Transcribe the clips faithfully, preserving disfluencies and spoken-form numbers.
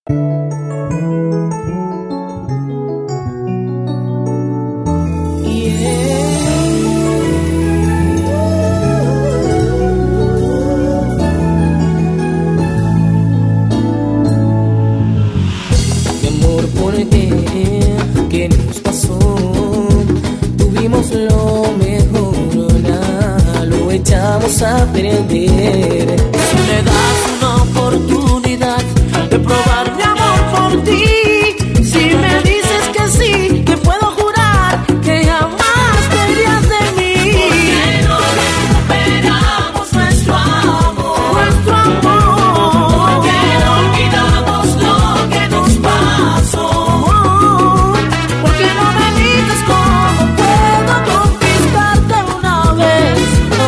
A perder. Si me das una oportunidad de probar mi amor por ti, si me dices que sí, que puedo jurar que jamás te irías de mí. ¿Por qué no recuperamos nuestro amor? Nuestro amor. ¿Por qué no olvidamos lo que nos pasó? ¿Por qué no me dices cómo puedo conquistarte una vez?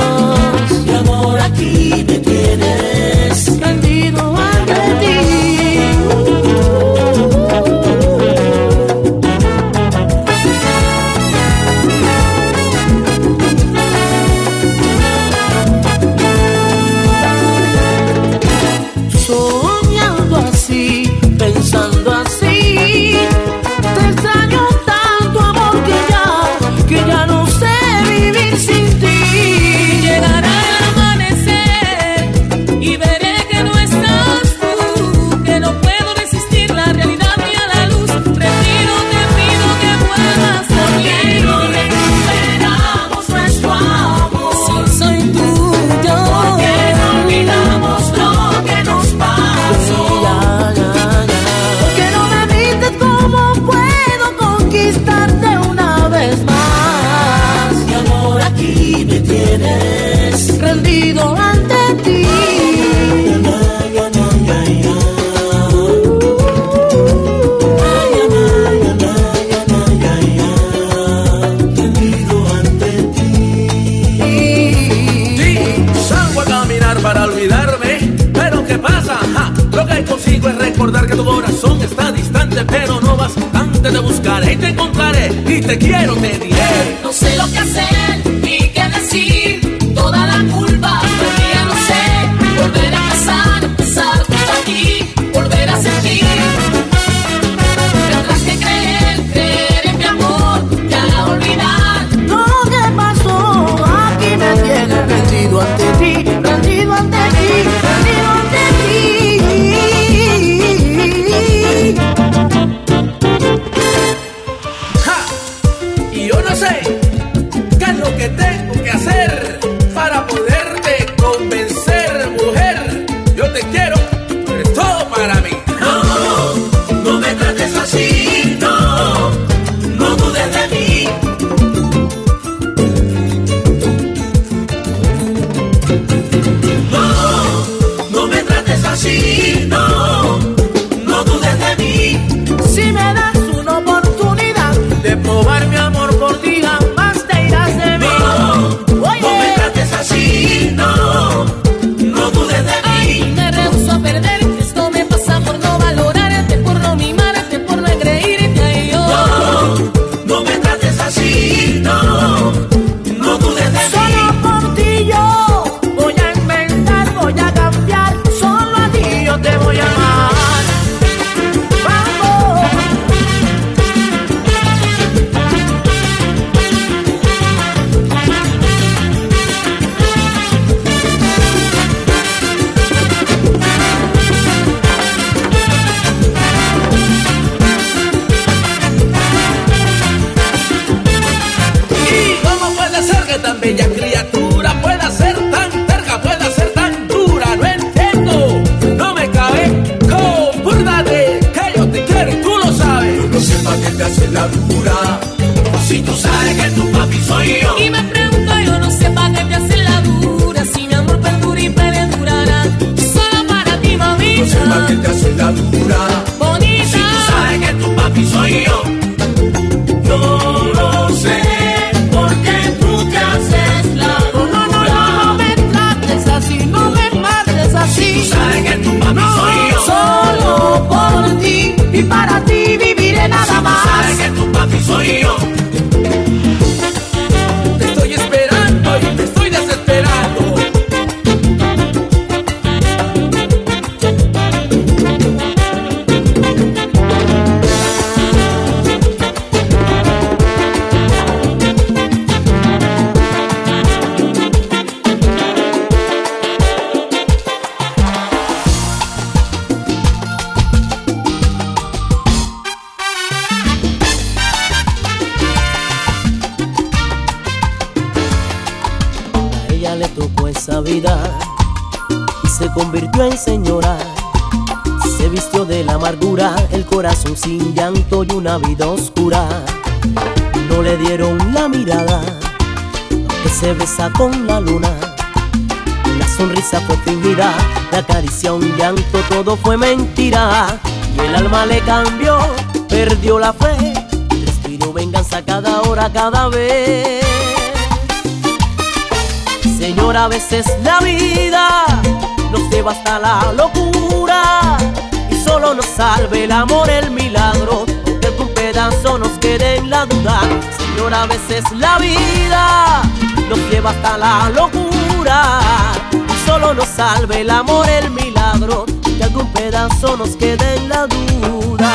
Aquí me tienes rendido ante ti. Soñando así, pensando así, te extraño tanto, amor, que ya, que ya no sé vivir sin ti. Llegará y veré que no estás tú, que no puedo resistir la realidad ni a la luz. Te pido, te pido que vuelvas a mí. ¿Por qué no recuperamos nuestro amor? Si soy tuyo. ¿Por qué no olvidamos lo que nos pasó? Ya, ya, ya. ¿Por qué no me dices cómo puedo conquistarte una vez más? Mi amor, aquí me tienes rendido ante ti. Para olvidarme, pero ¿qué pasa? Ja, lo que consigo es recordar que tu corazón está distante, pero no bastante. Te buscaré y te encontraré, y te quiero, te diré. No sé lo que hacer ni qué decir, toda la culpa fue mía, no sé. Volver a empezar, empezar junto a ti, volver a sentir. Tendrás que creer, creer en mi amor, ya olvidar lo que pasó. Aquí me tienes rendido ante ti. Rendido ante ti, rendido ante ti. Ja, y yo no sé qué es lo que tengo que hacer para poderte convencer, mujer. Yo te quiero, tú eres todo para mí. No, no me trates así, no, no dudes de mí. Sí, no, no dudes de mí. Si me das una oportunidad de probar mi amor por ti, jamás te irás de mí. No, Oye. no me trates así, no, no dudes de mí. Ay, me rehúso a perder, esto me pasa por no valorarte, por no mimarte, por no creírte. Ay, yo. No, no me trates así, no, no dudes de Solo mí. Solo por ti yo voy a inventar, voy a cambiar. Yo te voy a amar. Vamos. ¿Y cómo puede ser que tan bella criatura pueda ser tan terca, pueda ser tan dura? No entiendo. Compórtate, que yo te quiero y tú lo sabes. No sepa que te hace la dura, si tú sabes que tu papi soy yo. Y me pregunto, yo no sé pa' qué te hace la dura, si mi amor perdura y perdurará. Solo para ti, mamita. No sepa que te hace la dura, bonita, si tú sabes que tu papi soy yo. Yo no sé por qué tú te haces Navidad y se convirtió en señora. Se vistió de la amargura, el corazón sin llanto y una vida oscura. No le dieron la mirada, que se besa con la luna. La sonrisa fue fingida, la caricia un llanto, todo fue mentira. Y el alma le cambió, perdió la fe, respiró venganza cada hora, cada vez. Señora, a veces la vida nos lleva hasta la locura y solo nos salve el amor, el milagro, aunque algún pedazo nos quede en la duda. Señora, a veces la vida nos lleva hasta la locura y solo nos salve el amor, el milagro, que algún pedazo nos quede en la duda.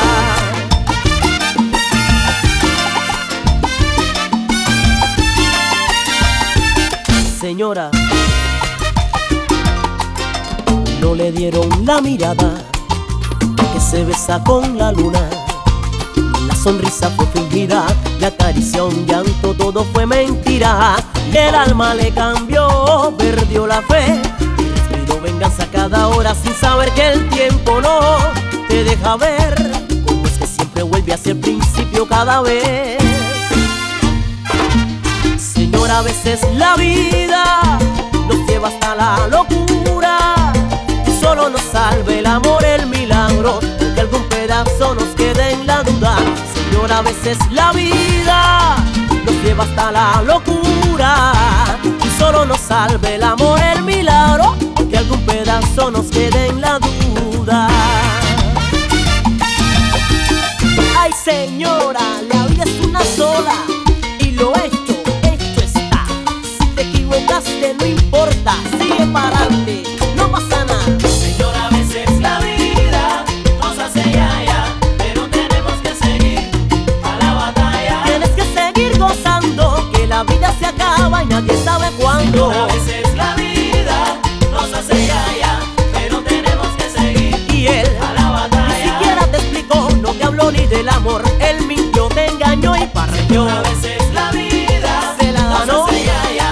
Señora, no le dieron la mirada, que se besa con la luna. La sonrisa fue fingida, la caricia un llanto, todo fue mentira. Y el alma le cambió, perdió la fe, respiró venganza cada hora sin saber que el tiempo no te deja ver cómo es que siempre vuelve hacia el principio cada vez. Señora, a veces la vida nos lleva hasta la locura y solo nos salve el amor, el milagro, que algún pedazo nos quede en la duda. Señora, a veces la vida nos lleva hasta la locura y solo nos salve el amor, el milagro, que algún pedazo nos quede en la duda. Ay, señora, la vida es una sola y lo hecho no importa, sigue para adelante, no pasa nada. Señora, a veces la vida nos hace yaya, pero tenemos que seguir a la batalla. Tienes que seguir gozando, que la vida se acaba y nadie sabe cuándo. Señora, a veces la vida nos hace yaya, pero tenemos que seguir y él a la batalla. Ni siquiera te explicó, no te habló ni del amor, él mintió, te engañó y parreó. Señora, a veces la vida se la ganó. nos hace yaya,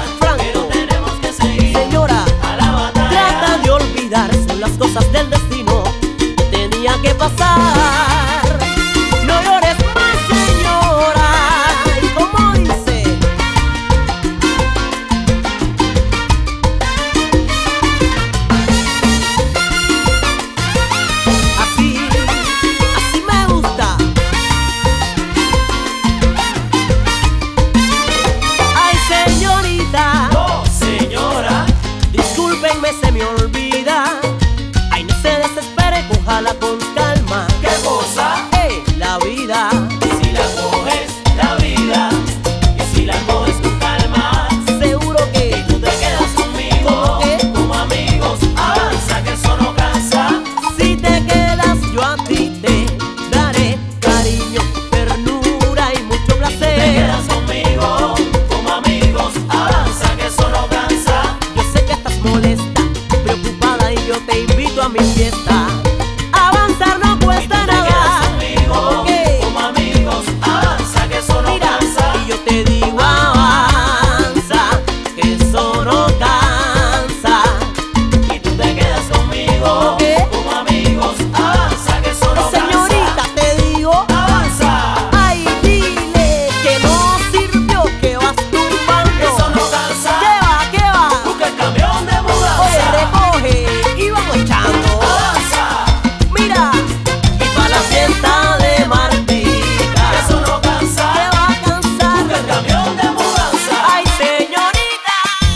son las cosas del destino que tenía que pasar. No llores más, señora. Y como dice, así, así me gusta. Ay, señorita. No, señora. Discúlpenme, se me olvida. Ay, no se desespere, cójala con calma. ¿Qué cosa? Hey, la vida. Y si la coges, la vida. Y si la coges con calma, seguro que y tú te quedas conmigo. ¿Qué? Como amigos, avanza que eso no cansa. Si te quedas, yo a ti te daré cariño, ternura y mucho placer. Te quedas conmigo. Como amigos, avanza que eso no cansa. Yo sé que estás molesta, preocupada y yo te invito a mi fiesta. Avanzar no cuesta nada. Conmigo, ¿Qué? como amigos, avanza que eso no Mira, cansa. y yo te digo avanza, que eso no cansa. Y tú te quedas conmigo. ¿Qué? Como amigos, avanza que eso no Señorita, cansa. te digo Avanza. ay, dile que no sirvió, que vas tumbando. Eso no cansa. ¿Qué va, qué va? Busca el camión de mudanza. Oye, recoge y vamos echando. Avanza. Mira, y pa' la fiesta de Martica. Eso no cansa. ¿Qué va a cansar? Busca el camión de mudanza. Ay, señorita.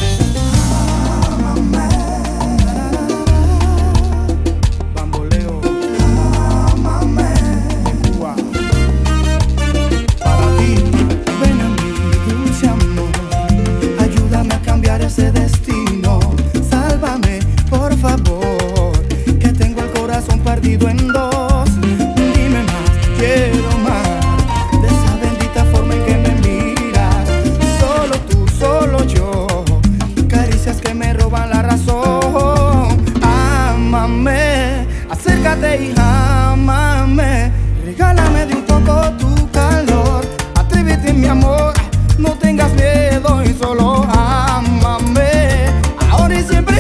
Bamboleo, Cuba. Para ti, ven a mí, dulce amor. Ayúdame a cambiar ese destino. Sálvame, por favor, que tengo el corazón partido en dos. Dime más, quiero más de esa bendita forma en que me miras. Solo tú, solo yo, caricias que me roban la razón. Ámame, acércate y ámame. Regálame de un poco tu calor. Atrévete, mi amor, no tengas miedo y solo ámame. Ahora y siempre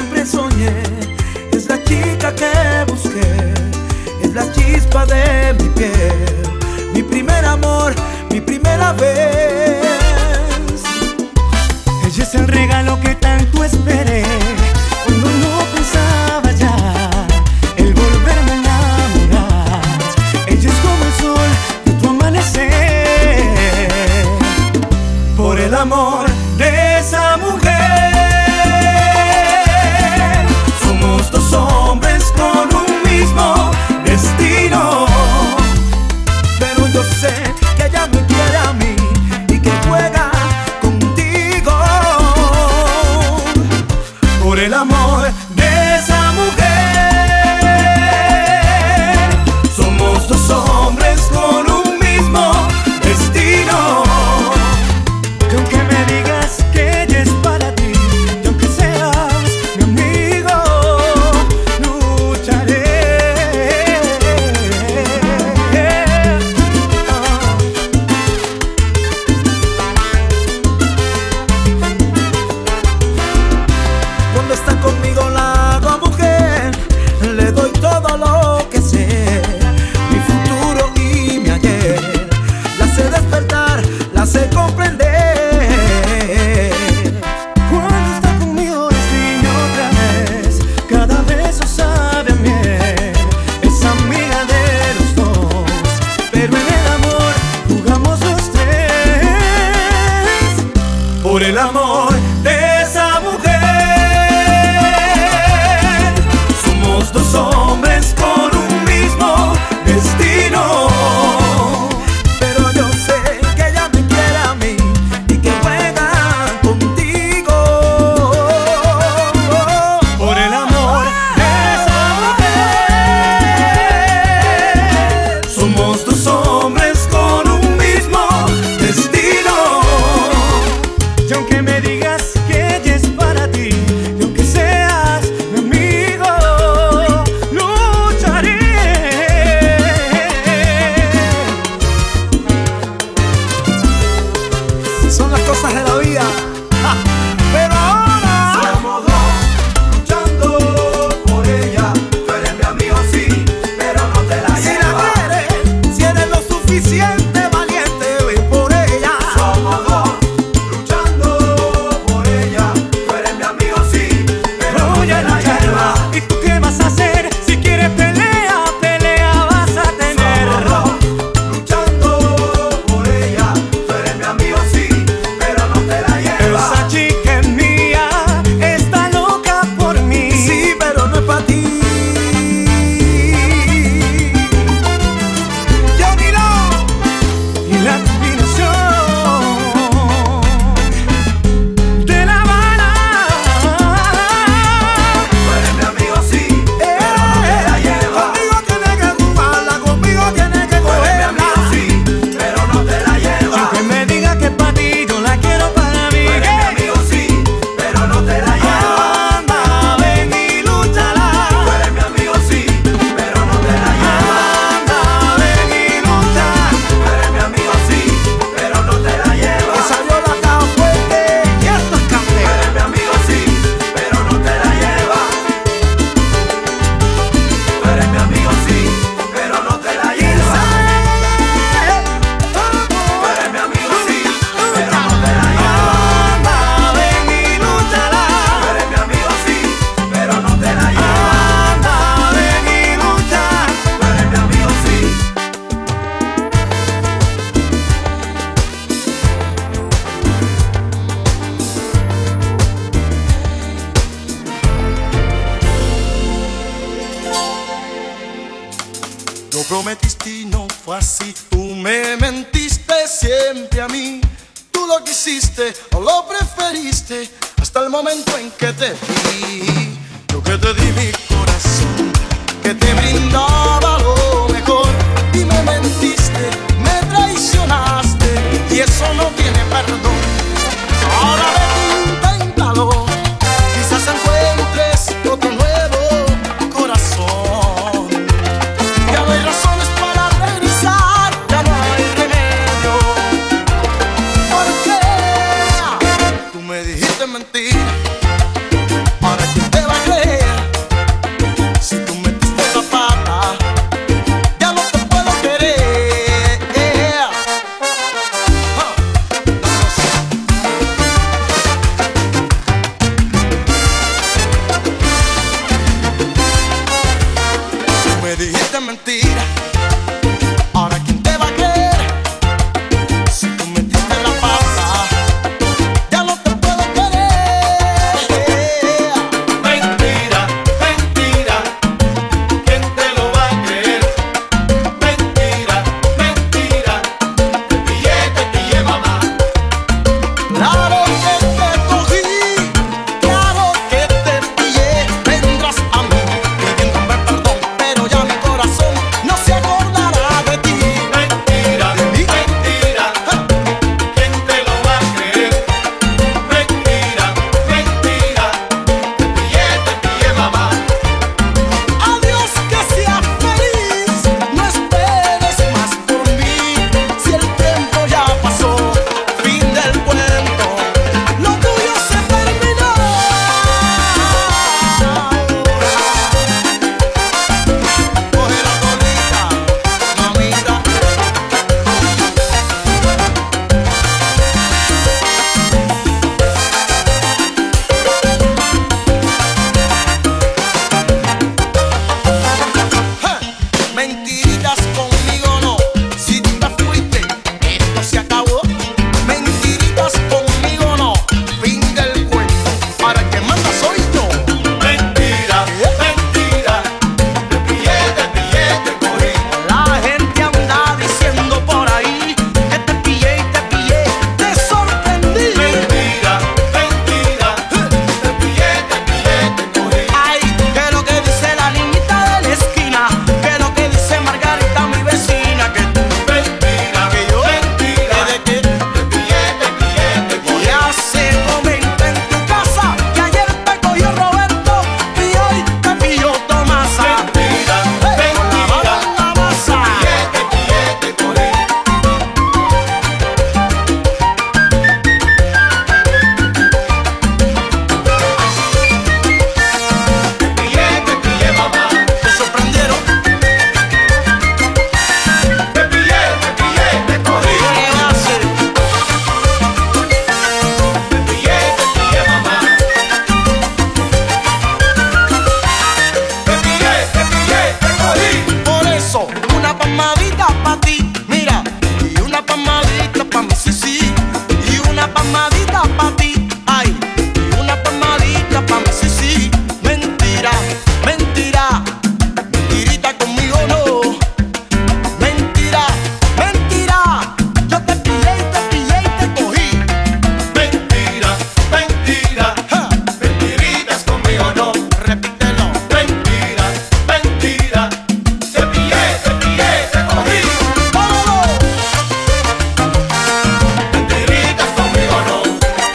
siempre soñé, es la chica que busqué, es la chispa de mi piel, mi primer amor, mi primera vez. Ella es el regalo que tanto esperé, cuando no pensaba ya el volverme a enamorar. Ella es como el sol de tu amanecer, por el amor de esa mujer. Somos dos hombres con un mismo destino, pero yo sé que ella me quiere a mí y que juega contigo, por el amor de esa mujer. Somos dos hombres con un mismo destino, que aunque me digas que ella es para ti, y aunque seas mi amigo, lucharé. Cuando está conmigo la hago mujer, le doy todo lo que sé, mi futuro y mi ayer, la sé despertar, la sé comprender. Cuando está conmigo es niño otra vez, cada beso sabe a miel, es amiga de los dos, pero en el amor jugamos los tres, por el amor de esa mujer. Somos dos hombres con un mismo destino, pero yo sé que ella me quiere a mí y que juega contigo, por el amor de esa mujer. Somos dos hombres con un mismo destino, y aunque me digas que ella es para ti, y aunque seas mi amigo, lucharé. Son las cosas de la vida. ¡Ja! Pero ahora somos dos luchando por ella. Tú eres mi amigo, sí, pero no te la llevas. Si la quieres, si eres lo suficiente valiente, ven por ella. Somos dos luchando por ella. Tú eres mi amigo, sí, pero no te la llevas. ¿Y tú qué vas a hacer? Si quieres pelea, pelea vas a tener. Somos dos luchando por ella. Tú eres mi amigo, sí, pero no te la llevas. Esa chica es mía, está loca por mí. Sí, pero no es para ti. Yo miro y la combinación de La Habana. Tú eres mi amigo, sí, pero no te la llevas. Conmigo tienes que jugarla, conmigo tienes que cogerla. Tú eres mi amigo, sí, pero no te la llevas. Aunque me diga que es para ti, yo la quiero para mí. Tú eres mi amigo, sí, pero no te la llevas. Anda, ven y lúchala. Tú eres mi amigo, sí, pero no te la llevas. Anda, ven y lucha. Tú eres mi amigo, sí, pero no te la llevas. Que salió la caja fuerte y esto es café. Tú eres mi amigo, sí, pero no te la llevas. Tú eres mi amigo, sí, pero no te la llevas. Tú eres mi amigo, sí, pero no te la llevas. Anda, ven y lúchala. Tú eres mi amigo, sí, pero no te la llevas. Anda, ven y lucha. Tú eres mi amigo, sí. Lo prometiste y no fue así. Tú me mentiste siempre a mí. Tú lo quisiste o lo preferiste hasta el momento en que te vi. Yo que te di mi corazón, que te brindaba lo mejor, y me mentiste, me traicionaste, y eso no tiene perdón. Ahora ven, inténtalo, quizás encuentres otro nuevo corazón. Ya no hay razones para regresar, ya no hay remedio. ¿Por qué? Tú me dijiste mentir para que te vayas. palmadita pa' ti, ay, y una palmadita pa' mí, sí, sí. Mentira, mentira, mentirita conmigo no. Mentira, mentira, yo te pillé y te pillé y te cogí. Mentira, mentira, Ja. mentiritas conmigo no. Repítelo. Mentira, mentira, te pillé, te pillé, te cogí. ¡Vámonos! Mentiritas conmigo no.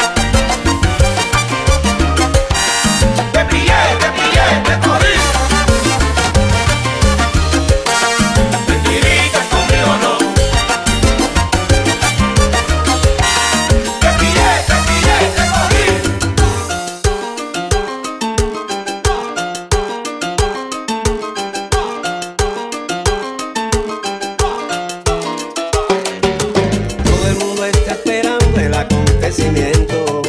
Te pillé, te pillé, te cogí. Mentiritas conmigo no. Te pillé, te pillé, te cogí. Todo el mundo está esperando el acontecimiento.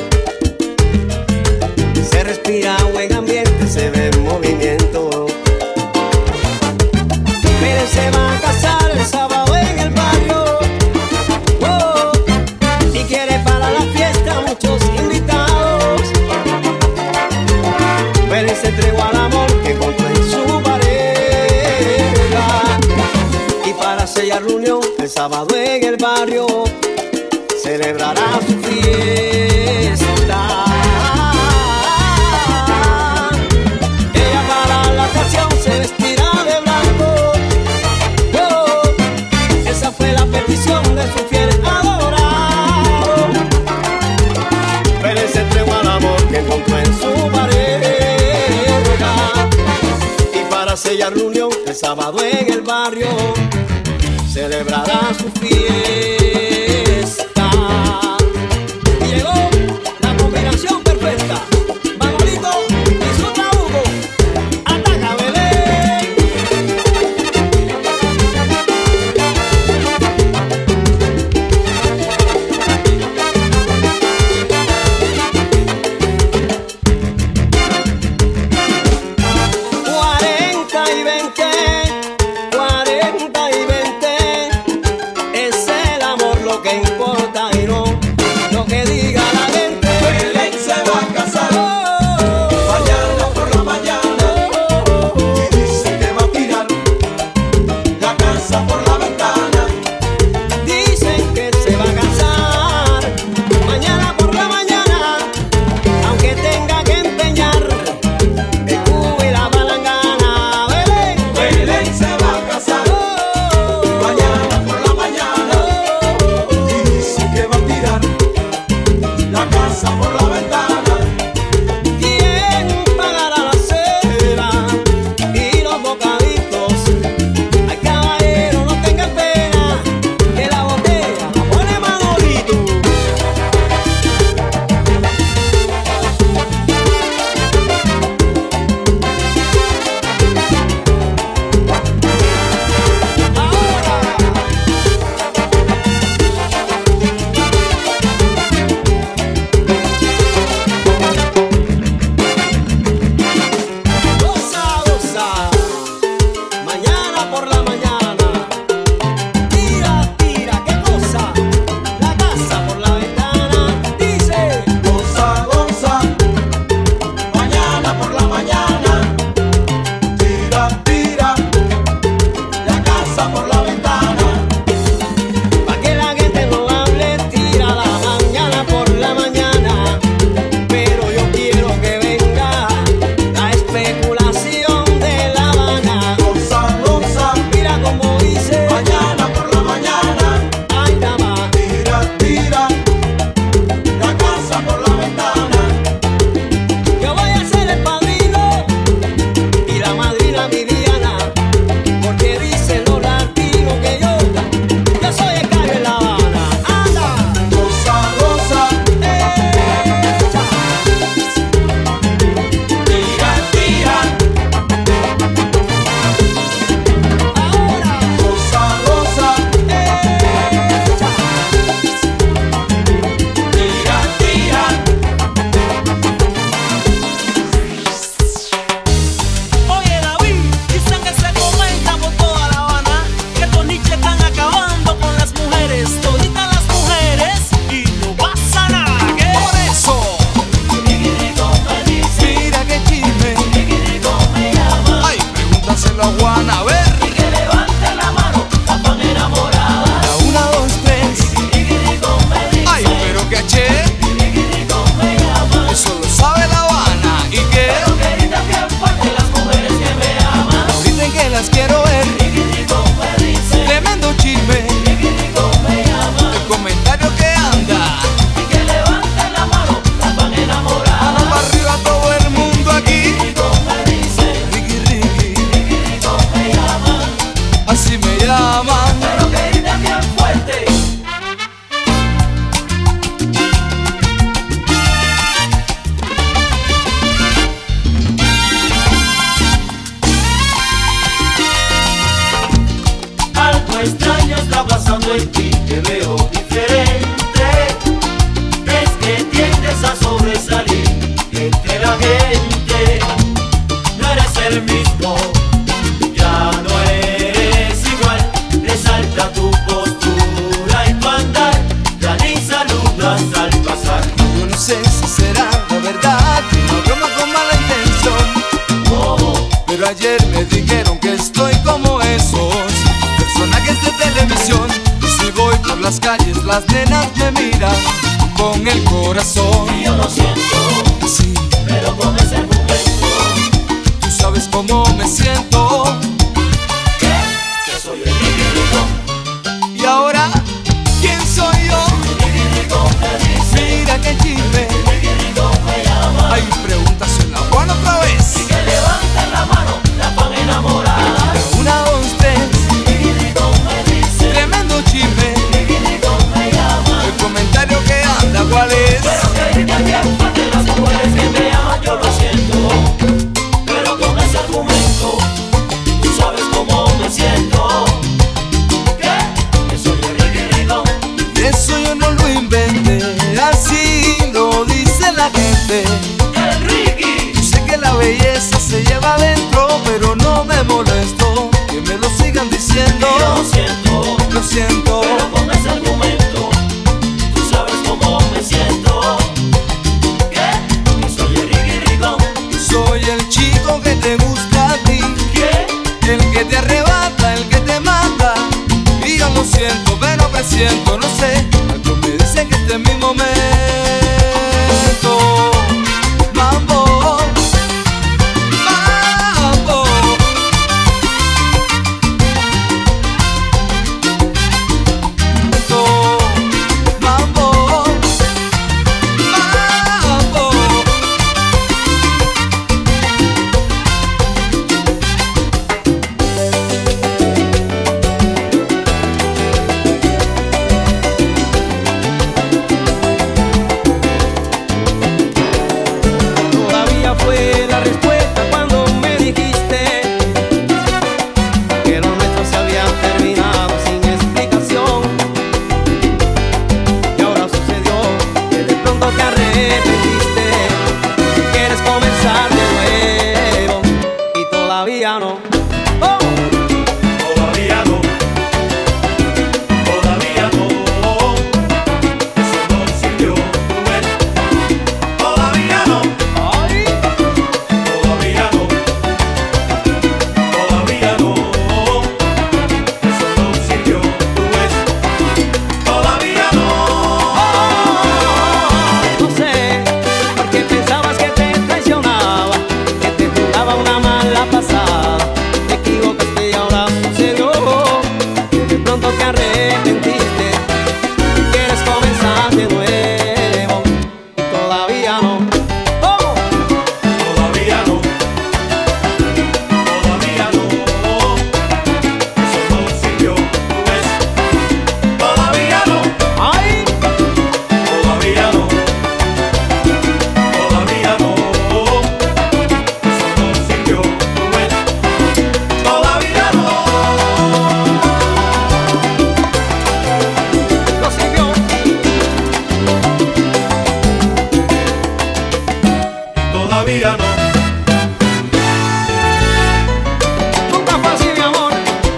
Se respira buen ambiente, se ve movimiento. Miren, se va a casar el sábado en el barrio. Oh, y quiere para la fiesta muchos invitados. Pero se tregua al amor que encontró en su pareja. Y para sellar la unión el sábado en el barrio celebrará su fiesta. Ella para la ocasión se vestirá de blanco. Oh, esa fue la petición de su fiel adorado. Pero él se entregó al amor que encontró en su pareja. Y para sellar la unión el sábado en el barrio celebrará su fiesta. Y llegó la combinación perfecta. Manolito y su trabuco. ¡Ataca, Belén! Cuarenta y veinte, cuarenta y veinte. será la verdad, una broma con mala intención. Pero ayer me dijeron que estoy como esos personajes de televisión. Y si voy por las calles las nenas me miran con el corazón. Y yo lo siento, sí, pero con ese argumento. Tú sabes cómo me siento. ¿Qué? Que soy el Ricky Y ahora, ¿quién soy yo? Rico me dice, Mira que chisme. Ricky Rico me llama. Hay preguntas en la Juana otra vez. Y que levanten la mano, la pan enamorada. Una, dos, tres. Ricky Rico me dice, Tremendo chisme. Ricky Rico me llama. El comentario que anda, ¿cuál es? Pero que Ricky piensa que las mujeres que me aman yo lo siento. Pero con ese argumento, tú sabes cómo me siento. ¿Qué? Que soy el Ricky Rico. Y eso yo no lo inventé, así lo dice la gente. El Ricky. Yo sé que la belleza se lleva adentro, pero no me molesto que me lo sigan diciendo. Y yo lo siento, Lo siento. pero con ese argumento, tú sabes cómo me siento. ¿Qué? Que soy el Ricky Rico. Soy el chico que te gusta a ti, ¿Qué? el que te arrebata, el que te mata. Y yo lo siento, pero me siento, no sé, algo me dice que este es mi momento. Mambo, mambo. Mambo, mambo. Todavía fue la respuesta cuando me dijiste que lo nuestro se había terminado sin explicación. Y ahora sucedió que de pronto te arrepentiste, quieres comenzar de nuevo y todavía no. Oh. Todavía no, todavía no, eso no sirvió, Rubén. Todavía no, Ay. todavía no, todavía no, eso no sirvió, Rubén. Todavía no. No sé, porque pensabas que te traicionaba, que te jugaba una mala pasada. Te equivocaste y ahora sucedió que de pronto te arrepentiste, quieres comenzar de nuevo y todavía no. Oh. Todavía no, todavía no, eso no sirvió, Rubén. Todavía no, Ay. todavía no, todavía no, eso no sirvió, Rubén. Todavía no, No sirvió. todavía no. Nunca fue así, mi amor.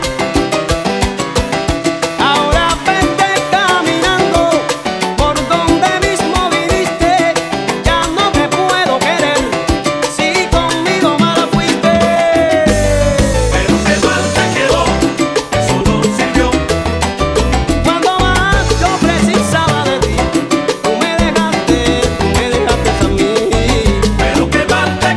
Ahora vete caminando por donde mismo viniste. Ya no te puedo querer si conmigo mala fuiste. Pero qué mal te quedó, eso no sirvió. Cuando más yo precisaba de ti, tú me dejaste, tú me dejaste a mí. Pero qué mal te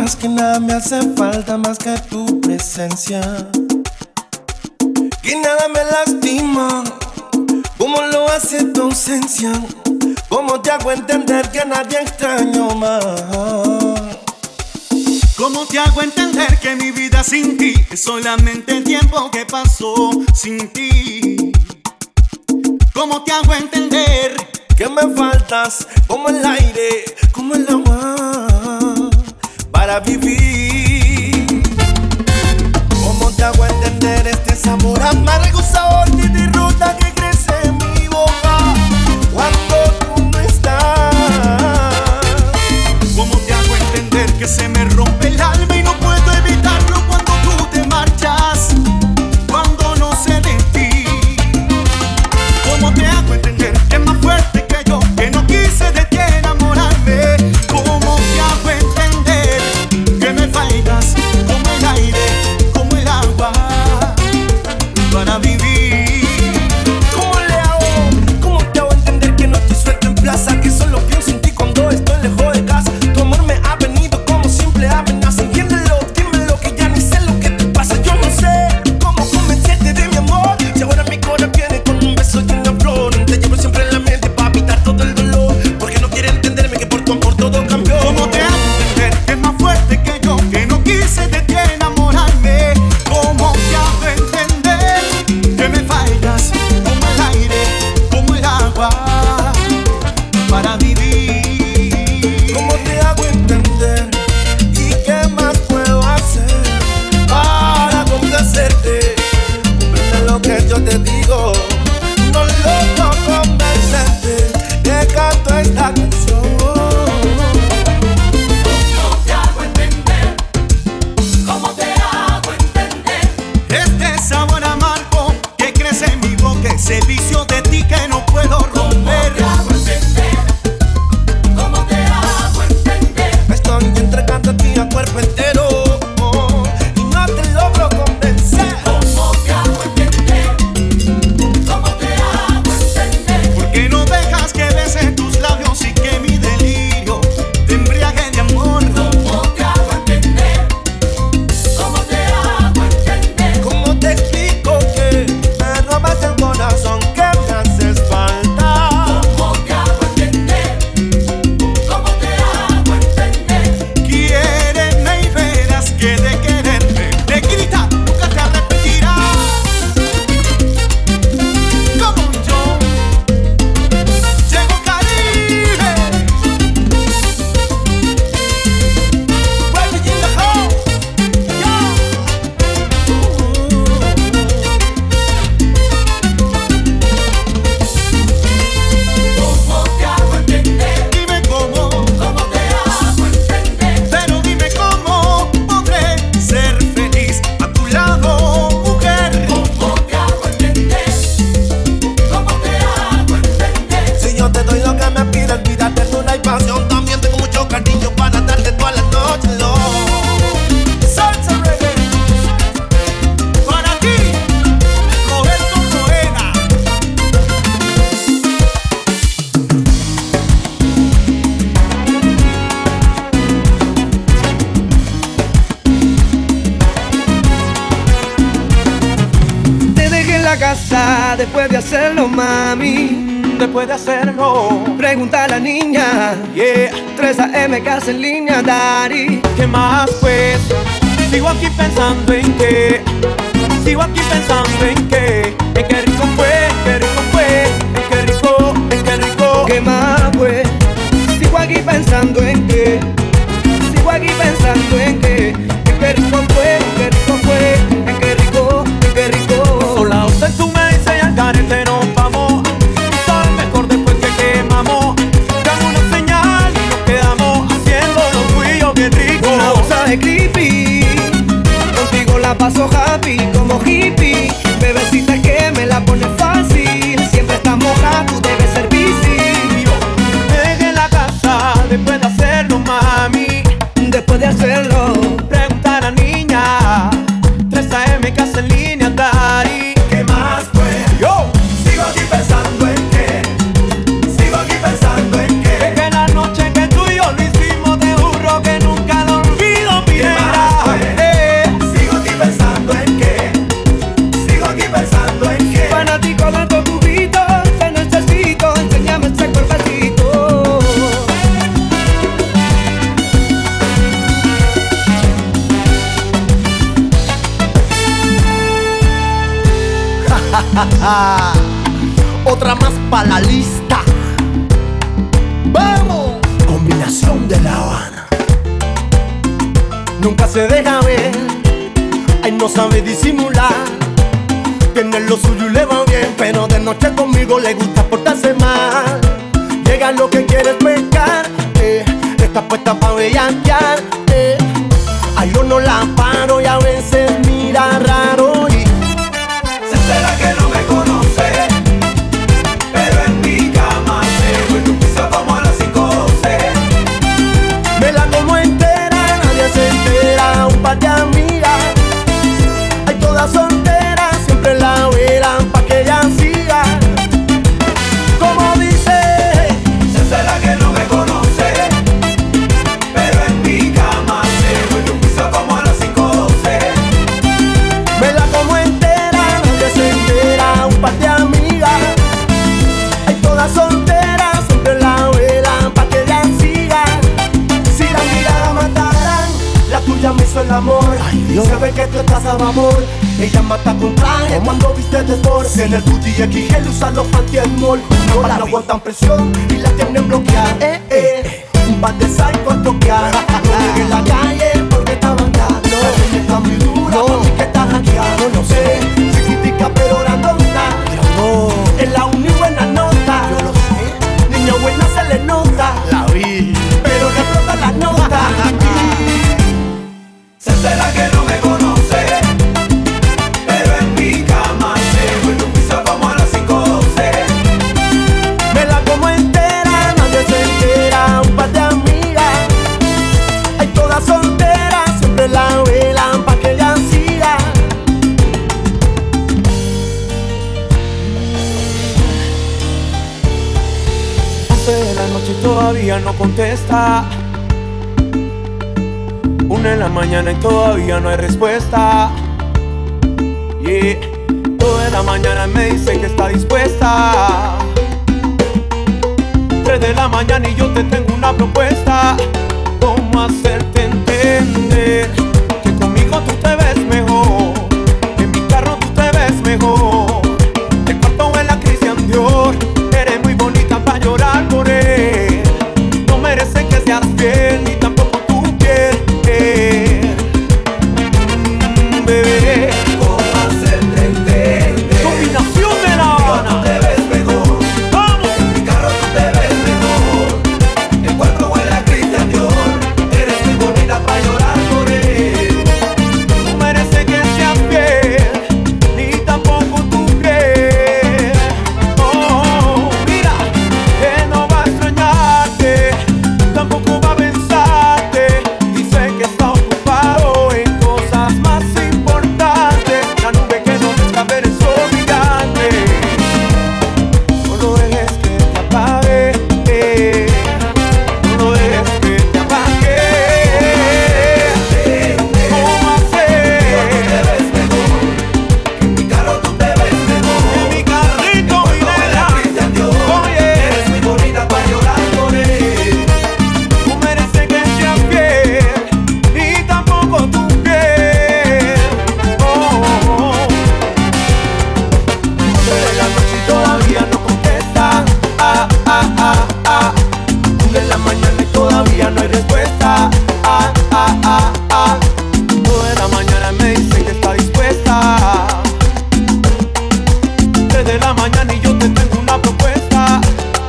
es que nada me hace falta más que tu presencia, que nada me lastima como lo hace tu ausencia. ¿Cómo te hago entender que nadie extraño más? ¿Cómo te hago entender que mi vida sin ti es solamente el tiempo que pasó sin ti? ¿Cómo te hago entender que me faltas como el aire, como el agua para vivir? ¿Cómo te hago entender este sabor amargo, sabor de derrota que crece en mi boca cuando tú no estás? ¿Cómo te hago entender que se me rompe el alma y no puedo evitarlo cuando tú te marchas, cuando no sé de ti? ¿Cómo te hago entender que es más fuerte que yo, que no quise de ti enamorarme? ¿Cómo te hago entender que me faltas como el aire, como el agua para vivir? ¿Cómo le hago? ¿Cómo te hago entender que no estoy suelto en plaza, que solo pienso en ti cuando estoy lejos de casa? Tu amor me ha venido como simple amenaza. Entiéndelo, dímelo que ya ni sé lo que te pasa. Yo no sé cómo convencerte de mi amor, si ahora mi corazón viene con un beso y una flor. Te llevo siempre en la mente para evitar todo el dolor, porque no quiere entenderme que por tu amor todo cambió. ¿Cómo te hago entender que es más fuerte que yo, que no quise de ti enamorarme? ¿Cómo te hago entender que me faltas como el aire, como el agua para vivir? ¿Cómo te hago entender? ¿Y qué más puedo hacer para complacerte? Comprende lo que yo te digo, no logro convencerte, te canto esta canción. ¿Cómo te hago entender? ¿Cómo te hago entender? Este sabor amargo que crece en mi boca, ese vicio de ti que no puedo romper. ¿Cómo te hago entender? ¿Cómo te hago entender? Me estoy entregando a ti a cuerpo entero, oh, y no te logro convencer. ¿Cómo te hago entender? ¿Cómo te hago entender? ¿Por qué no dejas que bese tus labios y que mi delirio te embriague de amor? ¿Cómo te hago entender? ¿Cómo te hago entender? ¿Cómo te explico que me robas el corazón, que me haces falta? ¿Cómo te hago entender? ¿Cómo te hago entender? Quiéreme y verás que de quererme te grita, nunca te arrepentirás. Como yo llego Caribe, Baby in the house, ¿Cómo te hago entender? dime cómo, ¿Cómo te hago entender? pero dime cómo podré ser feliz a tu lado, mujer. ¿Cómo te hago entender? ¿Cómo te hago entender? si yo te doy lo que me pides, vida, ternura y pasión, también tengo mucho cariño para darte toda la noche, no. Salsa reggae, Para ti, Roberto Roena. Te dejé en la casa después de hacerlo, mami. Después de hacerlo, Pregunta a la niña, yeah, tres A M casa en línea, Dari. ¿qué más pues? Sigo aquí pensando en qué, sigo aquí pensando en qué, en qué rico fue, en qué rico fue, en qué rico, en qué rico. ¿Qué más pues? Sigo aquí pensando en qué, sigo aquí pensando en qué, en qué rico fue, en qué rico fue, en qué rico, en qué rico. Sola usted tú me dices y al carete nos vamos, y sabe mejor después que quemamos. Dame una señal y nos quedamos haciendo lo tuyo, qué rico. Una bolsa de creepy, contigo la paso happy como hippie. Bebecita que me la pone fácil, siempre estás mojada, tú debes ser busy. Te dejé en la casa después de hacerlo, mami. Después de hacerlo, Pregunta a la niña, tres A M casa en línea, Dari. ¿Qué más pues? Yo, Sigo aquí pensando en qué, sigo aquí pensando en es qué. que la noche que tú y yo lo hicimos, te juro que nunca lo olvido, Otra más para la lista. ¡Vamos! Combinación de La Habana. Nunca se deja ver, ay, no sabe disimular. Tiene lo suyo y le va bien, pero de noche conmigo le gusta portarse mal. Llega lo que quiere es pescar, eh. Está puesta pa' bellaquear, eh. Ay, yo no la paro y a veces mira raro y se entera que no me conoce, pero en mi cama se vuelve un piso como a las cinco doce. Me la como entera, nadie se entera, un par de amigas. Hay todas solteras, siempre la velan pa' que ella siga. Como dice, se entera que no me conoce, pero en mi cama se vuelve un piso como a las cinco doce. me la como entera, nadie se entera, un par de amigas. Hay todas solteras, siempre la velan pa' que ella siga. Si la mirada mataran, la tuya me hizo el amor. Ay, Dios. Se ve que tú estás a amor. Ella mata con traje cuando viste de sport. En el booty X L usa los panty en mall. No la aguantan presión y la tienen bloqueada. Eh, eh, un par de psycho a toquear. No llegué en la calle porque está bancada. No, está muy dura, no, porque que está hackeada. No, no sé, chiquitica pero grandota. No, es la única buena nota. Yo lo sé, niña buena se le nota. La vi, pero que explota la nota. Se entera que no me conoce, pero en mi cama se vuelve un piso como a las cinco doce. Me la como entera, nadie se entera, un par de amigas. Hay todas solteras, siempre la velan pa' que ella siga. once de la noche y todavía no contesta. Una en la mañana y todavía no hay respuesta. Yeah. Dos de la mañana me dice que está dispuesta. Tres de la mañana y yo te tengo una propuesta. ¿Cómo hacerte entender que conmigo tú te ves mejor? En mi carro tú te ves mejor. El cuarto en la Christian Dior. Eres muy bonita pa' llorar por él. No merece que seas fiel ni tampoco tu piel. Mm, bebé, ¿Cómo hacerte entender? combinación de La Habana. Tú te ves mejor, ¡Vamos! en mi carro tú te ves mejor. El cuarto huele a Christian Dior. Eres muy bonita pa' llorar por él. No merece que seas fiel, ni tampoco tú crees. Oh, mira, que no va a extrañarte, tampoco va a pensarte. Dice que está ocupado en cosas más importantes. La nube que no deja ver es obligante. No lo dejes que te apague, eh. No lo dejes que te apague. ¿Cómo hacer? Te ves mejor, en mi carro tú te ves mejor. En mi carrito, mi Huele nena. a Christian Dior. Oye, Eres muy bonita pa' llorar por él. no merece que seas fiel, ni tampoco tu piel. Oh, once de la noche y todavía no contesta. Ah, ah, ah, ah. Una de la mañana y todavía no hay respuesta. Ah, ah, ah, ah. Dos de la mañana me dice que está dispuesta. Tres de la mañana y yo te tengo una propuesta.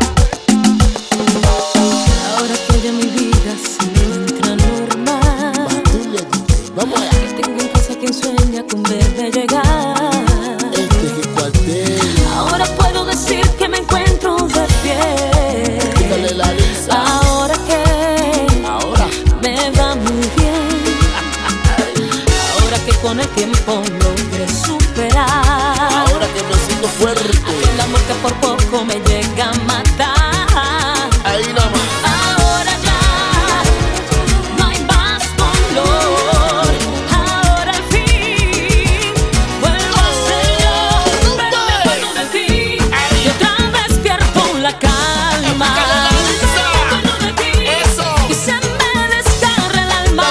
Ahora que ya mi vida se encuentra normal, Vamos allá. que tengo en casa quien sueña con verme llegar. Este es el cuartel. Ahora puedo decir que me encuentro de pie. Quítale la risa. Ahora que Ahora. me va muy bien. Ahora que con el tiempo logré superar Ahora que me siento fuerte. el amor que por poco me llega a matar. Ahí nada más. Ahora ya no hay más dolor. Ahora al fin vuelvo a ser yo. Pero me acuerdo de ti y otra vez pierdo la calma. Me acuerdo de ti y se me desgarra el alma.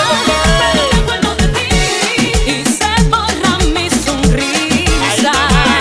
Pero me acuerdo de ti y se borra mi sonrisa.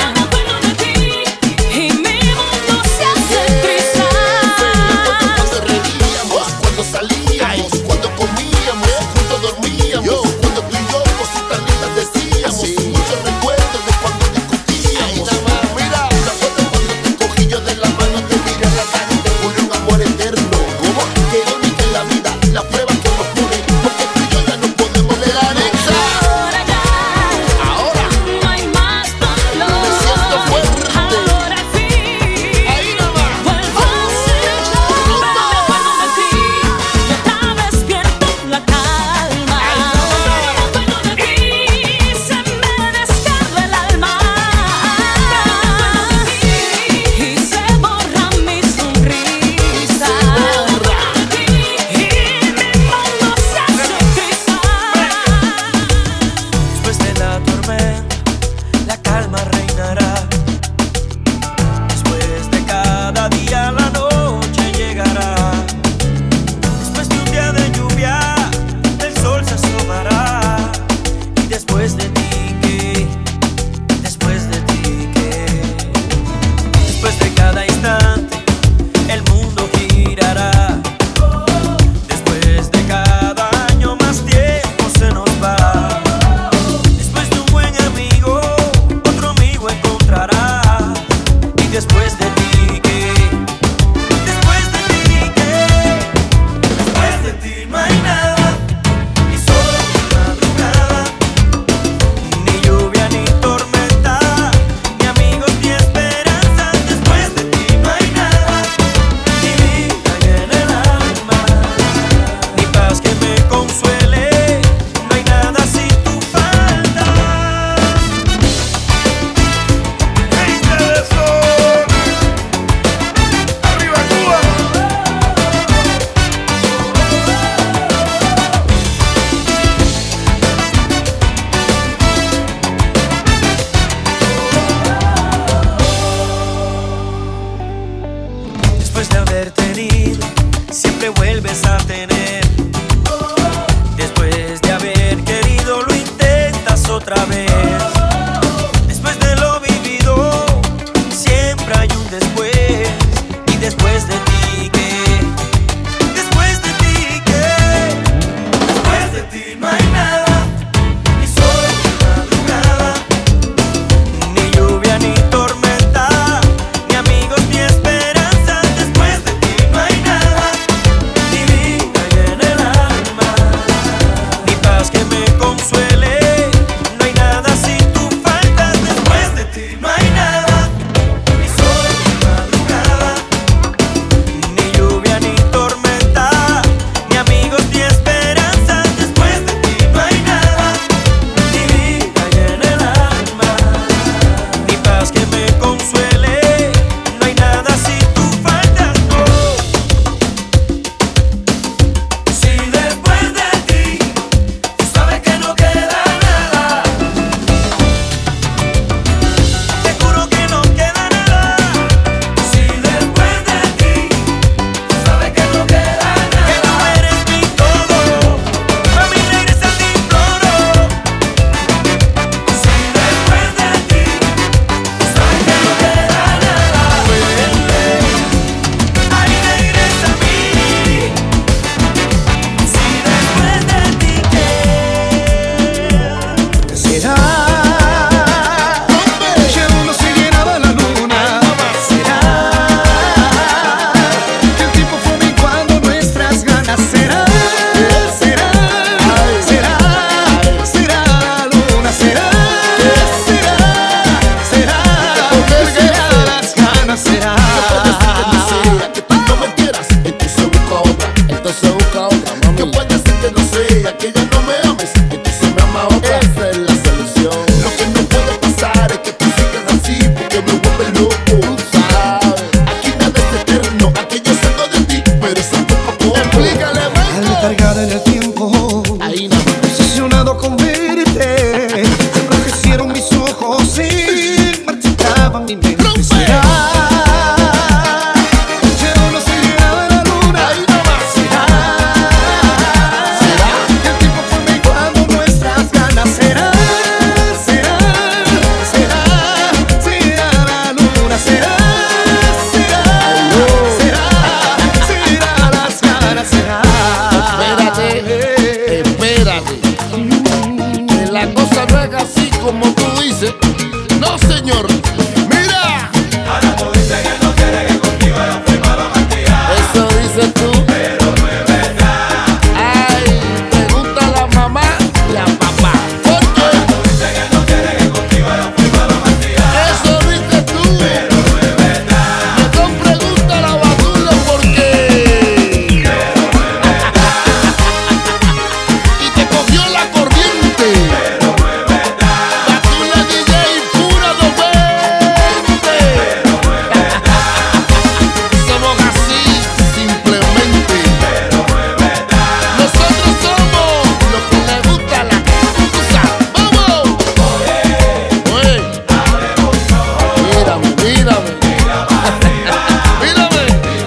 será que aún no se llenaba la luna. Será que el tiempo fue cuando nuestras ganas. Será, será, será, será la luna. Será, será, será, será las ganas. Será. Que tú no me quieras, entonces busca otra, entonces busca otra, mami. Que puede ser que no sea, que ya no me ames, entonces me ama otra. Esa es la solución. Lo que no puede pasar es que tú sigas así, porque me vuelve loco, ¿sabes? Aquí nada es eterno, aquí yo salgo de ti, pero eso es poco a poco. Explícale, Al letargar en el tiempo, ahí nada más. obsesionado con verte, se enrojecieron mis ojos y marchitaban mi mente. Será que aún no se llenaba la luna. Será que el tiempo fue menguando nuestras ganas. Será, será, será, será la luna. Será, será, será, será las ganas. Será. Espérate, espérate. Que la cosa no es así como tú dices. No, señor. Mira, Ahora tú dices que no quieres que contigo haya firmado maquillaje. eso dices tú. Pero no es verdad. Ay, pregunta a la mamá y a papá. ¿Por qué? Tú dices que no quieres que contigo haya firmado maquillaje. Eso dices tú. Pero no es verdad. Mejor pregúntale a Batulo por qué. Y te cogió la corriente. Pero no es verdad. Batulo D J pura doscientos veinte. Pero no es verdad. Somos así, simplemente. Pero no es verdad. Nosotros somos lo que le gusta a la cosa. ¡Vamos! Oye, mírame, mírame. Mírame.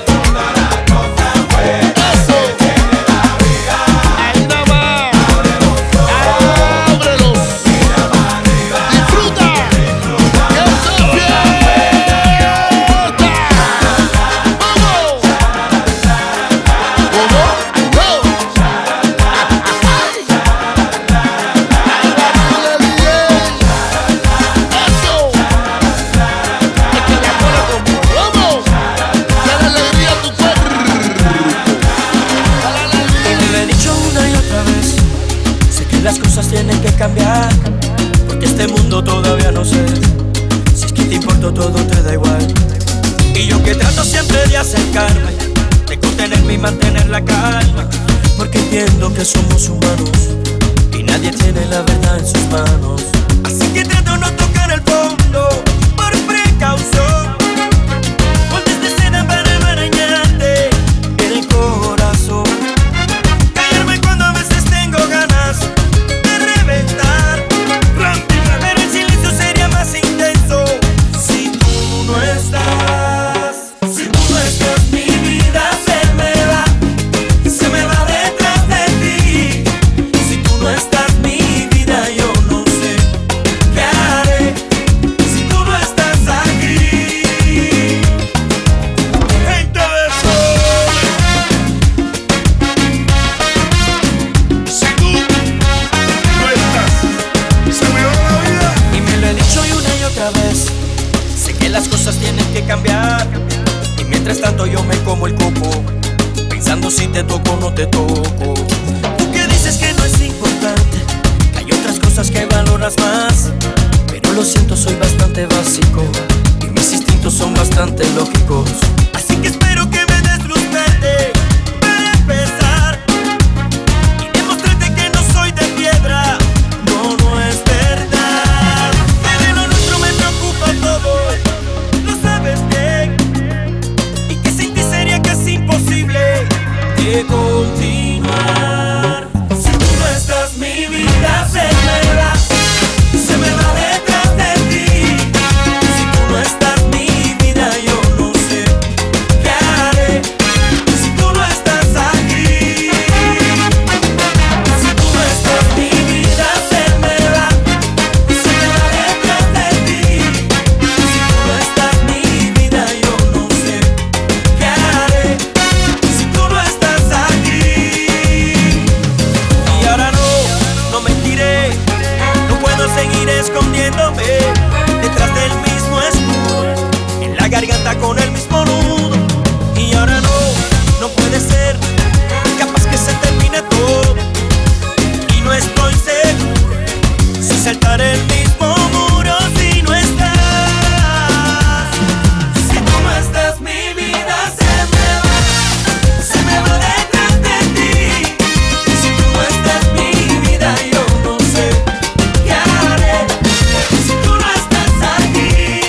Eso. Ahí nada más. Ábrelos. Disfruta. Que esto es fiesta. ¡Vamos! ¿Cómo? ¡No! Y me lo he dicho una y otra vez, sé que las cosas tienen que cambiar, porque este mundo todavía no sé si es que te importa o todo te da igual. Y yo que trato siempre de acercarme, de contenerme y mantener la calma, porque entiendo que somos humanos y nadie tiene la verdad en sus manos. Así que trato no tocar el fondo por precaución, pontes de escena para no arañarte el corazón. Callarme cuando a veces tengo ganas de reventar, pero el silencio sería más intenso si tú no estás. Si tú no estás, mi vida se me va, se me va detrás de ti. Si tú no estás, mi vida yo no sé qué haré. Si tú no estás aquí, gente de sol. Si tú no estás, se me va la vida. Y me lo he dicho y una y otra vez, sé que las cosas tienen que cambiar, y mientras tanto yo me como el coco, pensando si te toco o no te toco. Tú que dices que no es importante, que hay otras cosas que valoras más, pero lo siento, soy bastante básico y mis instintos son bastante lógicos. Así que espero que me des luz verde para empezar y demostrarte que no soy de piedra. No, no es verdad. Que de lo nuestro me preocupa todo, lo sabes bien, y que sin ti sería casi imposible de continuar. Si tú no estás, mi vida se me va, se me va detrás de ti. Si tú no estás, mi vida yo no sé qué haré. escondiéndome detrás del mismo escudo, en la garganta con el mismo nudo. Y ahora no, no puede ser, capaz que se termine todo. Y no estoy seguro si saltar el mismo muro si no estás. Si tú no estás, mi vida se me va, se me va detrás de ti. Si tú no estás, mi vida, yo no sé qué haré. Si tú no estás aquí.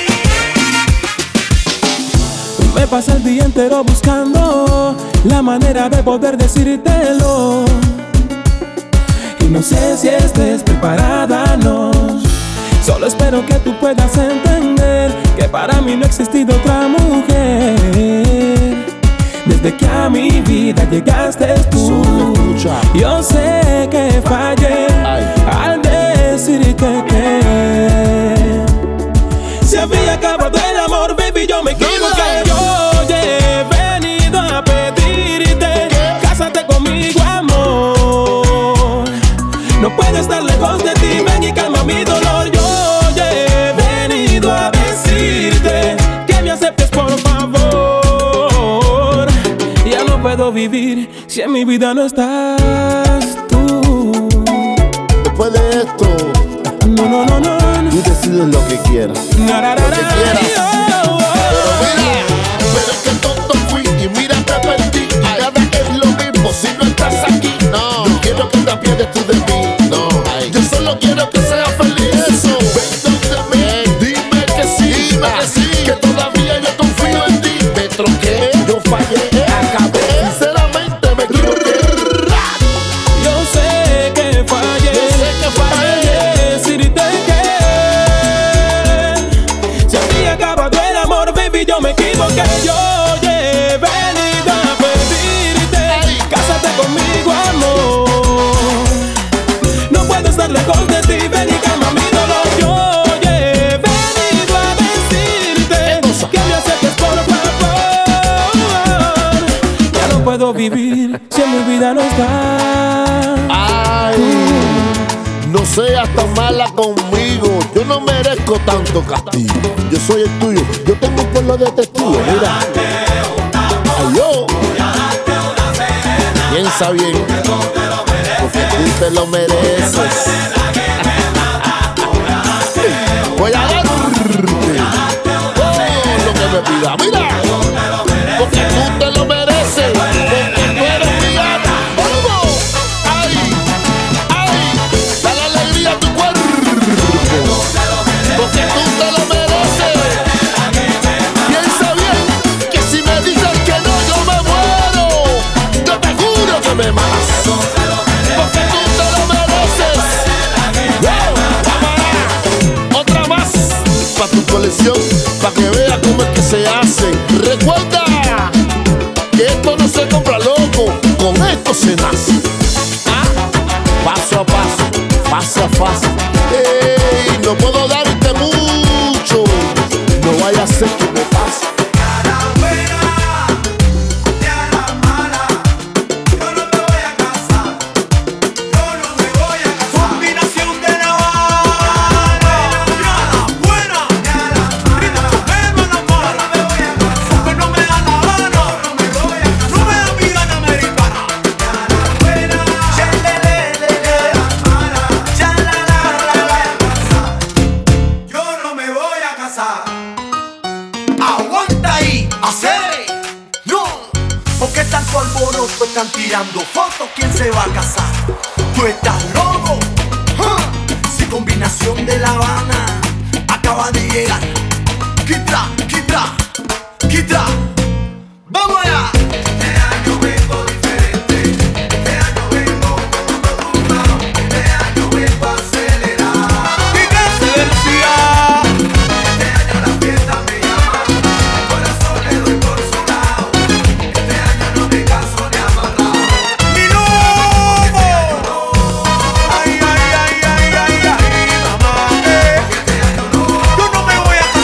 Me pasa el día entero buscando la manera de poder decírtelo. Y no sé si estés preparada, no. Solo espero que tú puedas entender que para mí no ha existido otra mujer. Desde que a mi vida llegaste tú, yo sé que fallé al decirte que se había acabado el amor, baby, yo me equivoqué. Yo he venido a pedirte, cásate conmigo, amor. No puedo estar lejos de ti, ven y calma mi dolor. Yo he venido a decirte que me aceptes, por favor. Ya no puedo vivir si en mi vida no estás tú. Después de esto, no, no, no, no, no. tú decides lo que quieras, na, na, na, lo que quieras. oh, oh, oh. Pero mira, pero es que tonto fui y mira te perdí. Y nada es lo mismo si no estás aquí. No, no quiero que te pierdas tú de mí. No, ay. Yo solo quiero que seas feliz. Eso, ven donde mí, dime que sí, dime que sí, que todavía yo confío en ti. Me troqué, yo fallé, acabé. Sinceramente me equivoqué. Yo sé que fallé, Yo sé que fallé. al decirte que se había acabado el amor, baby, yo me equivoqué. Yo he venido a pedirte, cásate conmigo, amor. No puedo estar lejos de ti, ven y calma mi dolor. Yo he venido a decirte que me aceptes, por favor. Ya no puedo vivir si en mi vida no estás. Ay, no seas tan mala conmigo. Yo no merezco tanto castigo. Yo soy el tuyo, yo tengo un pueblo de testigos. Mira, ay, yo. Piensa bien, porque tú te lo mereces. Voy a darte todo lo que me pida. Mira, porque tú te lo mereces. Porque tú eres mi gata. ¡Vamos! ¡Ay! ¡Ay! Dale alegría a tu cuerpo. Porque tú te lo mereces. Piensa bien, que si me dices que no, yo me muero. Yo te juro que me matas. Porque tú te lo mereces. ¡Wow! ¡Cámara! Otra más para tu colección, para que veas cómo es que se hace. Recuerda que esto no se compra, loco, con esto se nace. ¿Ah? Paso a paso, fase a fase. Ey, no puedo darte mucho, no vaya a ser que me pase. Combinación de La Habana, ya la buena, ya la mala, pero la mala, porque no me da La Habana, no me voy a casar, no me da mi gana americana, ya la buena, ya la la mala, ya la la la yo no me voy a casar. Aguanta ahí, hacer, no, porque tanto alboroto están tirando fotos, ¿quién se va a casar? Tú estás loco, ¡ja! Si combinación de La Habana acaba de llegar. Quita, quita, quita. ¡Vamos allá! Este año vengo diferente. Este año vengo con todo tumbado. Este año vengo a acelerar. ¡Y qué se decía! Este año la fiesta me llama. El corazón le doy por su lado. Este año no me caso ni amarrado. ¡Mi lobo! Ay, ay, ay, ay, ay, ay, mamá. Este año no. Yo no me voy a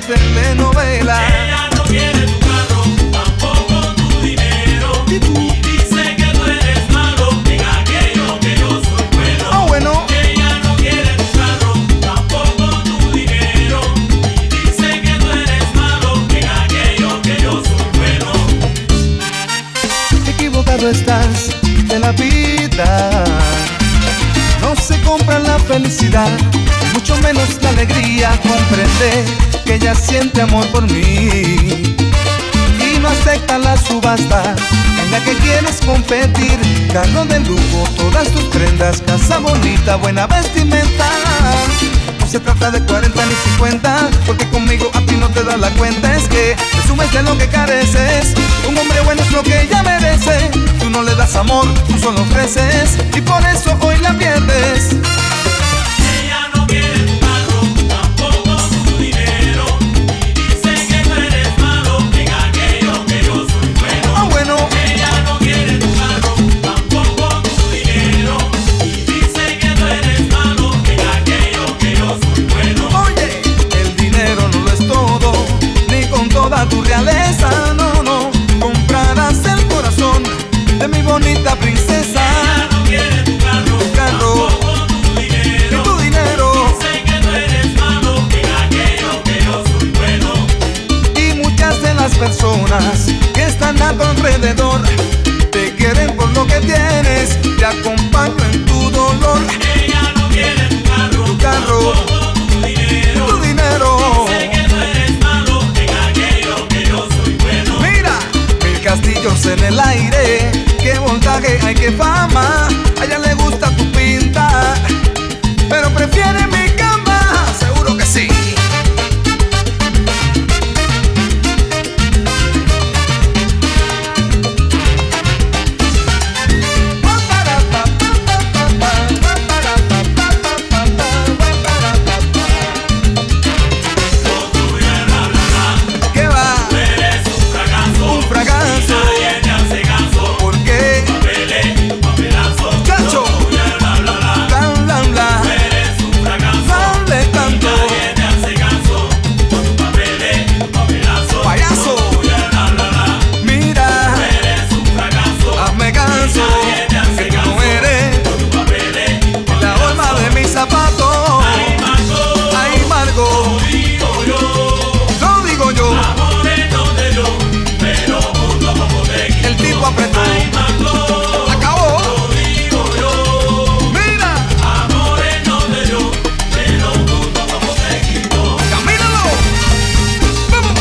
telenovela. Ella no quiere tu carro, tampoco tu dinero. Y dice que tú eres malo en aquello que yo soy bueno. Ah, bueno. Ella no quiere tu carro, tampoco tu dinero. Y dice que tú eres malo en aquello que yo soy bueno. Equivocado estás de la vida. No se compra la felicidad, mucho menos la alegría. Comprende que ella siente amor por mí y no acepta la subasta en la que quieres competir. Carro de lujo, todas tus prendas, casa bonita, buena vestimenta. No se trata de cuarenta ni cincuenta, porque conmigo a ti no te da la cuenta. Es que presumes de lo que careces. Un hombre bueno es lo que ella merece. Tú no le das amor, tú solo ofreces, y por eso hoy la pierdes. Ella no quiere tu carro, tampoco tu dinero. Y dice que tú eres malo en aquello que yo soy bueno. Ah, bueno. Ella no quiere tu carro, tampoco tu dinero. Y dice que tú eres malo en aquello que yo soy bueno. Oye, el dinero no lo es todo, ni con toda tu realeza. No, no, comprarás el corazón de mi bonita princesa. Ella no quiere tu carro, Tu carro tampoco tu dinero. y tu dinero. Dice que tú eres malo en aquello que yo soy bueno. Y muchas de las personas que están a tu alrededor te quieren por lo que tienes. Te acompaño en tu dolor. Ella no quiere tu carro, Tu carro tampoco tu y dinero. tu dinero. Dice que tú eres malo en aquello que yo soy bueno. Mira, mil castillos en el aire. Qué voltaje, hay que fama. A ella le gusta tu pinta, pero prefiere mi cama. Seguro que sí. ¿Qué va? Tú eres un fracaso. Un fracaso. Nadie te hace caso. ¿Por qué? Papeles, tu papelazo. Chacho. Bla, bla, bla, bla. Bla, bla, bla. Tú eres un fracaso. Dale tanto. Nadie te hace caso. Con tu papeles, tu papelazo. Payaso. Bla, bla, bla, bla. Mira, Tú eres un fracaso. hazme caso, Nadie te hace que tú no caso. eres Con tu papeles, tu la papelazo. horma de mis zapatos. Ay, Marco. Ay, Margo, Digo yo. lo digo yo. Amores no te dio, pero junto como te quito. El tipo apretó. Ay, Marco. Acabó. Lo digo yo. Mira, Amores no te dio, pero junto como te quito. camínalo. Vamos.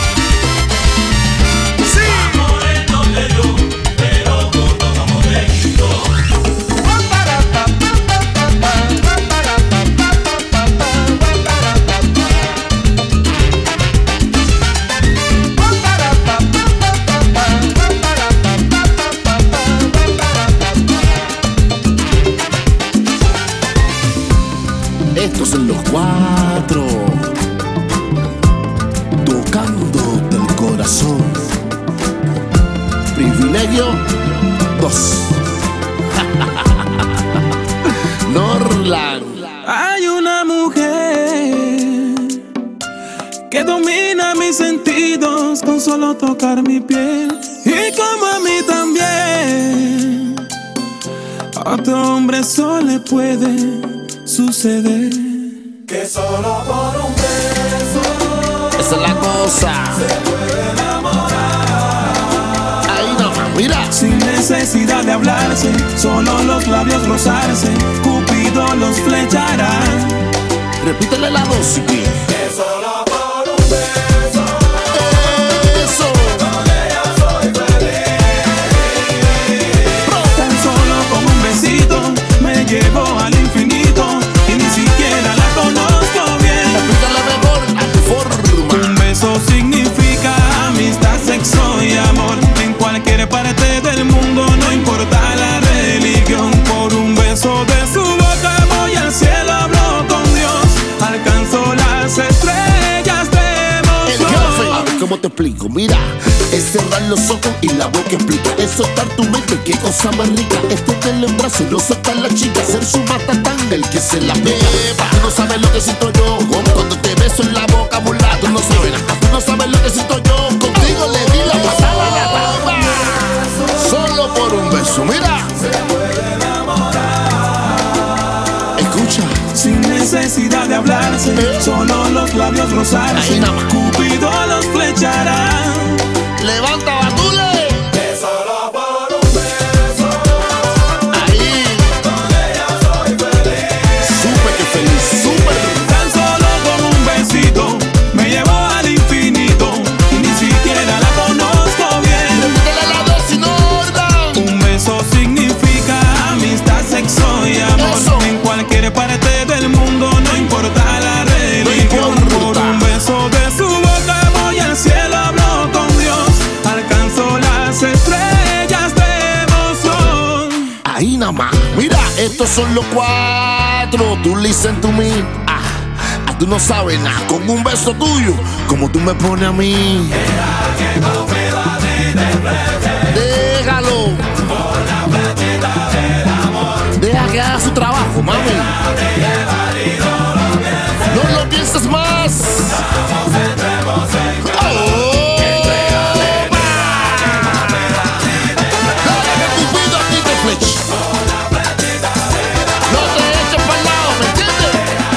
Sí. Amores no te dio, pero junto como te quito. Estos son los cuatro, tocando del corazón. Privilegio dos. Norland. Hay una mujer que domina mis sentidos con solo tocar mi piel. Y como a mí también, a otro hombre solo le puede suceder. Que solo por un beso Esa es la cosa. se puede enamorar. Ahí nomás, mira. Sin necesidad de hablarse, solo los labios rozarse, Cupido los flechará. Repítele la dosis. Que solo por un beso Eso. con ella soy feliz. Tan solo con un besito me llevo al infinito y ni siquiera la conozco bien. Repítele mejor a tu forma. Un beso significa amistad, sexo y amor. En cualquier parte del mundo, no importa la religión. Por un beso de su boca voy al cielo, hablo con Dios. Alcanzo las estrellas de El jefe. emoción. A ver, ¿cómo te explico? Mira, es cerrar los ojos y la boca explica. Es soltar tu mente, qué cosa más rica. Este del embrazo y no soltar la chica. Ser su matatán, el que se la pega. Tú no sabes lo que siento yo cuando te beso en la boca, mulato. No sabes solo los labios rozarse, Cupido los flechará. Levanta Batule. Que solo por un beso. Ahí. Con ella soy feliz. Súper que feliz, súper. Tan solo con un besito me llevó al infinito y ni siquiera la conozco bien. Repítele la dosis, no orden. Un beso significa amistad, sexo y amor. Eso. En cualquier parte del mundo, no importa la religión. Por un beso de su boca voy al cielo, hablo con Dios, alcanzo las estrellas de emoción. Ahí nada más. Mira, estos son los cuatro. Tú listen to me. Ah, ah, tú no sabes nada. Con un beso tuyo, como tú me pones a mí. Déjalo. Deja que haga su trabajo, mami. No lo pienses más. Oh, va. Dale que Cupido a ti te fleche. No te eches para el lado, ¿me entiendes?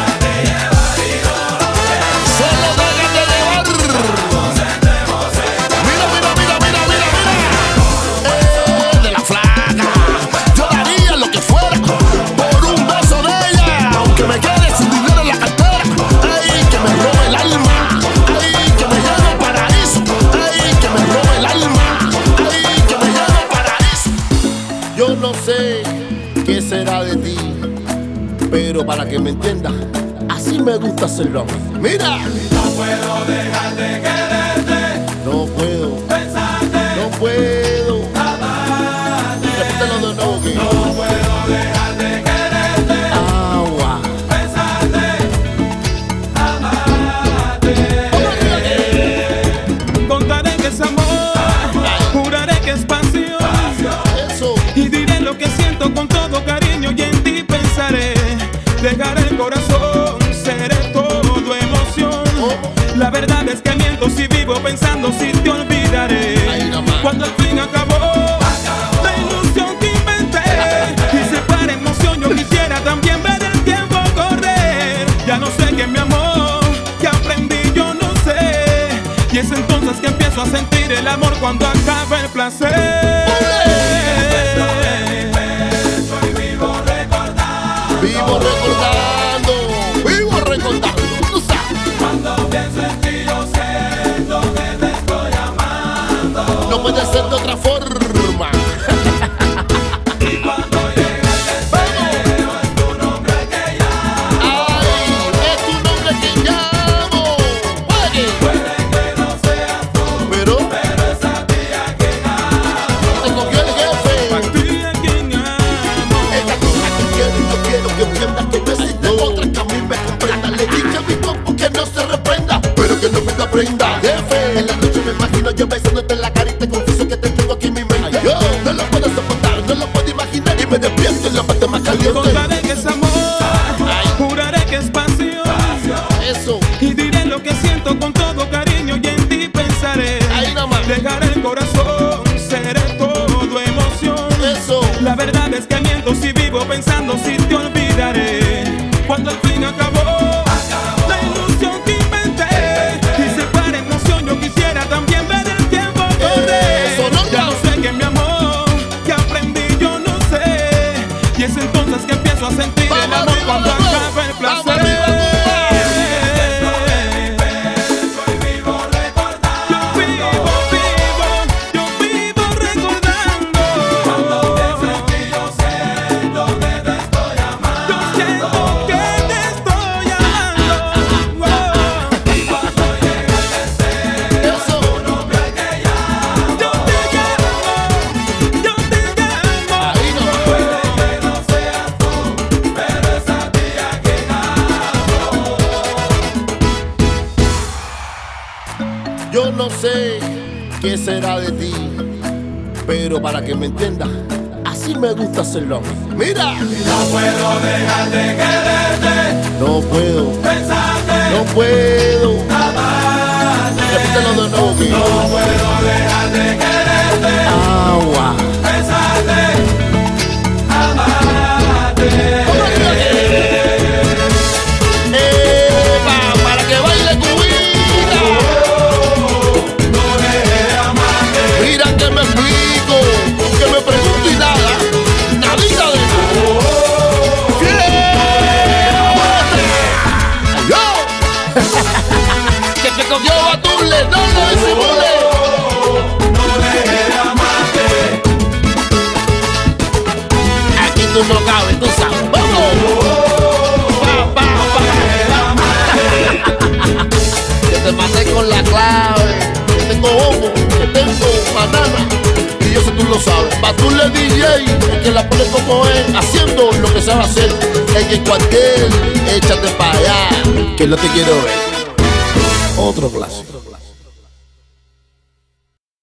Solo déjate llevar. Mira, mira, mira, mira, mira, mira. Eh, de la flaca. Yo daría lo que fuera por un beso de ella. Aunque me quede sin dinero en la cartera. Ay, que me robe el alma. Ay, que me lleve al paraíso. Ay, que me robe el alma. Ay, que me lleve al paraíso. Yo no sé qué será de ti, pero para que me entiendas, así me gusta hacerlo a mí. Mira. No puedo dejar de quererte. No puedo, Pensarte. no puedo. Amarte. Repítelo de nuevo que No puedo dejar de quererte. agua. Pensarte. Amarte. Contaré que es amor, juraré que es pasión, Eso. y diré lo que siento con todo cariño y en ti pensaré. Dejaré el corazón, seré todo emoción. La verdad es que miento si vivo pensando si te olvidaré. Ahí nomás. Cuando al fin acabó la ilusión que inventé y se para emoción, yo quisiera también ver el tiempo correr. Ya no sé qué me amó, que aprendí yo no sé, y es entonces que empiezo a sentir el amor cuando acaba el placer. Vivo recordando, vivo recordando. Tú sabes. Cuando pienso en ti yo siento que te estoy amando. No puede ser de otra forma. Y cuando llega el deseo es tu nombre que llamo. Ay, es tu nombre que llamo. Oye, Puede que no seas tú, pero pero es a ti a quien amo. te cogió el jefe. A ti a quien amo. Esta niña que quiero y yo quiero que entienda que no existe otra que a mí me comprenda. Le dije a mi compu que no se reprenda, pero que no me lo aprenda. Jefe, en la noche me imagino yo besándote en la cara y te confieso que te tengo aquí en mi mente. Yo no lo puedo soportar, no lo puedo imaginar y me despierto en la parte más caliente. Contaré que es amor, juraré que es pasión, Eso, y diré lo que siento con todo cariño y en ti pensaré. ahí nomás. Dejaré el corazón, seré todo emoción. Eso. La verdad es que miento si vivo pensando si te olvidaré. Cuando al fin acabó la ilusión que inventé y se para emoción, yo quisiera también ver el tiempo correr. Eso, no, Ya no. no sé qué me amó, que aprendí yo no sé, y es entonces que empiezo a sentir el Vamos amor arriba, cuando vamos. acaba el Vamos placer. arriba, vamos. Soy vivo recordando. Yo vivo, vivo, yo vivo recordando. Cuando pienso en ti yo siento que te estoy amando. Yo siento que te estoy amando. Y cuando llega el deseo es tu nombre que llamo. Yo te llamo, yo te llamo. Ahí nomás. Puede que no seas tú, pero es a ti a quien amo. Yo no sé qué será de ti, pero para que me entiendas, así me gusta hacerlo a mí. Mira, No puedo dejar de quererte, no puedo, pensarte, no puedo. amarte. Repítelo de nuevo que No puedo dejar de quererte, agua. pensarte, amarte. Eh, va, va, cogió Batule, no lo disimule. No dejes de amarte. Aquí tú no cabes, tú sabes. ¡Vamos! Pa, pa, pa. Que te maté con la clave. Que tengo homo, que tengo banana. Y eso tú lo sabes. Batule D J, el que la pone como es, haciendo lo que sabe hacer. En el cuartel, échate para allá, que no te quiero ver. Otro clásico.